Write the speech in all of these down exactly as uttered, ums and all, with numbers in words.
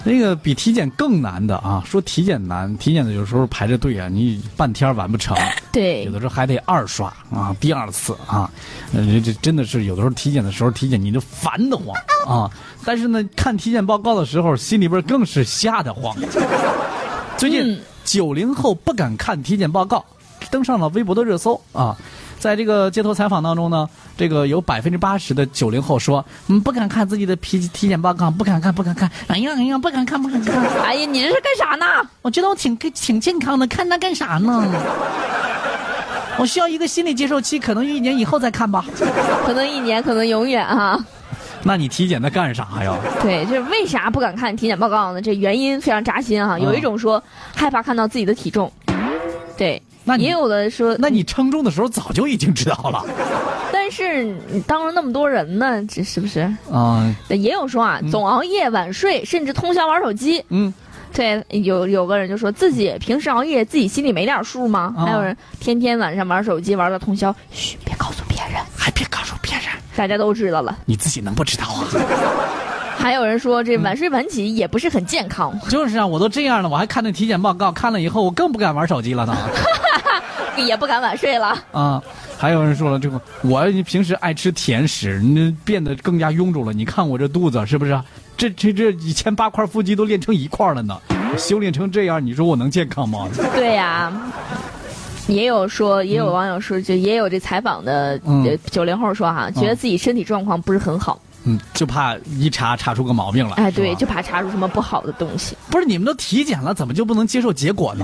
那个比体检更难的啊，说体检难，体检的有时候排着队啊，你半天完不成。 对， 有的时候还得二刷啊，第二次啊，呃，这真的是有的时候体检的时候，体检你就烦得慌啊。但是呢，看体检报告的时候，心里边更是吓得慌。最近九零后不敢看体检报告，登上了微博的热搜啊。在这个街头采访当中呢，这个有百分之八十的九零后说，嗯，不敢看自己的体体检报告，不敢看，不敢看，哎呀哎呀，不敢看，不敢看。 哎呀，你这是干啥呢？ 我觉得我挺挺健康的，看那干啥呢？我需要一个心理接受期，可能一年以后再看吧。 可能一年，可能永远哈、啊。 那你体检的干啥呀？ 对，就是为啥不敢看体检报告呢？这原因非常扎心哈、啊。有一种说、嗯、害怕看到自己的体重，对。 那也有的说， 那你称重的时候早就已经知道了。 但是你当着那么多人呢，这是不是？ 啊、 嗯，也有说啊， 嗯、 总熬夜、晚睡，甚至通宵玩手机。 嗯， 对，有有个人就说自己平时熬夜，自己心里没点数吗？哦、还有人天天晚上玩手机玩到通宵，嘘，别告诉别人， 还别告诉别人， 大家都知道了， 你自己能不知道啊？ 还有人说这晚睡晚起也不是很健康。 嗯、就是啊，我都这样了，我还看那体检报告，看了以后我更不敢玩手机了呢。 也不敢晚睡了啊！还有人说了，这个我平时爱吃甜食，你变得更加臃肿了。你看我这肚子是不是？这这这以前八块腹肌都练成一块了呢，修炼成这样，你说我能健康吗？ 对呀、啊，也有说，也有网友说，就也有这采访的九零后说哈、嗯，觉得自己身体状况不是很好。 嗯，就怕一查查出个毛病了。 哎，对，就怕查出什么不好的东西。 不是你们都体检了，怎么就不能接受结果呢？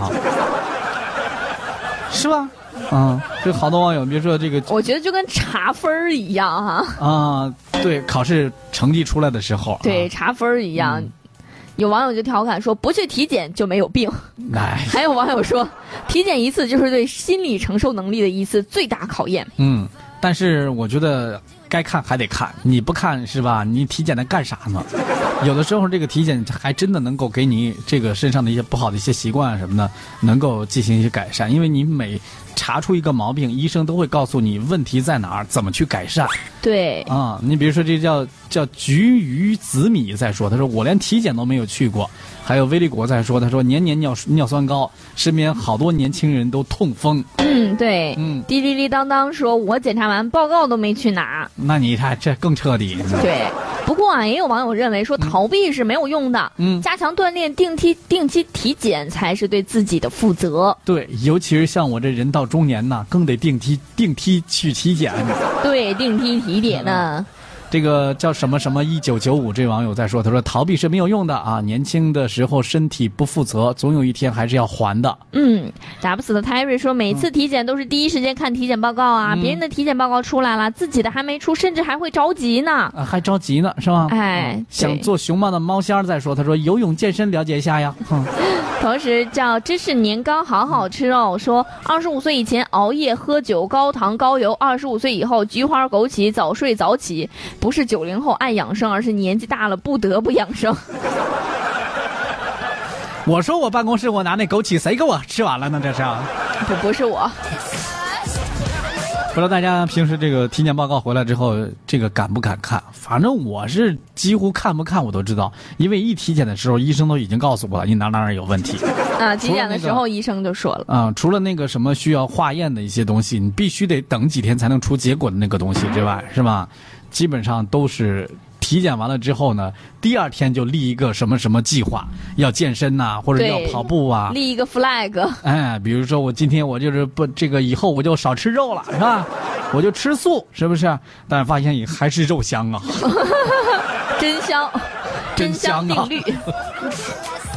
是吧？嗯，这好多网友，比如说这个， 我觉得就跟查分儿一样哈。 啊，对，考试成绩出来的时候， 对， 啊、 查分儿一样、嗯。有网友就调侃说，不去体检就没有病。 哎， 还有网友说，体检一次就是对心理承受能力的一次最大考验。 嗯，但是我觉得该看还得看，你不看是吧？你体检来干啥呢？有的时候这个体检还真的能够给你这个身上的一些不好的一些习惯什么的，能够进行一些改善。因为你每查出一个毛病，医生都会告诉你问题在哪儿，怎么去改善。 对啊，你比如说这叫叫菊鱼子米在说，他说我连体检都没有去过。还有威利国在说，他说年年尿尿酸高，身边好多年轻人都痛风。 嗯，对， 嗯， 滴滴滴当当说，我检查完报告都没去拿。 那你看这更彻底。 对，不过啊，也有网友认为说逃避是没有用的，嗯，加强锻炼、定期定期体检才是对自己的负责。 对，尤其是像我这人到中年呐，更得定期定期去体检。 对，定期体检呢。 嗯这个叫什么什么一九九五，这网友在说，他说逃避是没有用的啊，年轻的时候身体不负责，总有一天还是要还的。 嗯，打不死的泰瑞说，每次体检都是第一时间看体检报告啊，嗯、别人的体检报告出来了，自己的还没出，甚至还会着急呢。 啊，还着急呢，是吧？ 哎， 想做熊猫的猫仙儿在说，他说游泳健身了解一下呀。嗯、 同时叫芝士年糕好好吃哦，说二十五岁以前熬夜喝酒高糖高油，二十五岁以后菊花枸杞早睡早起。不是九零后爱养生，而是年纪大了不得不养生。 我说我办公室我拿那枸杞，谁给我吃完了呢？这是不不是我。 不知道大家平时这个体检报告回来之后，这个敢不敢看？反正我是几乎看不看我都知道，因为一体检的时候，医生都已经告诉我了，你哪哪哪有问题。 啊，体检的时候、那个、医生就说了。 啊，除了那个什么需要化验的一些东西，你必须得等几天才能出结果的那个东西之外，是吧？基本上都是体检完了之后呢，第二天就立一个什么什么计划，要健身呐、啊，或者要跑步啊， 立一个 flag。 哎，比如说我今天我就是不这个以后我就少吃肉了，是吧？我就吃素，是不是？但是发现也还是肉香啊， 真香，真香定律。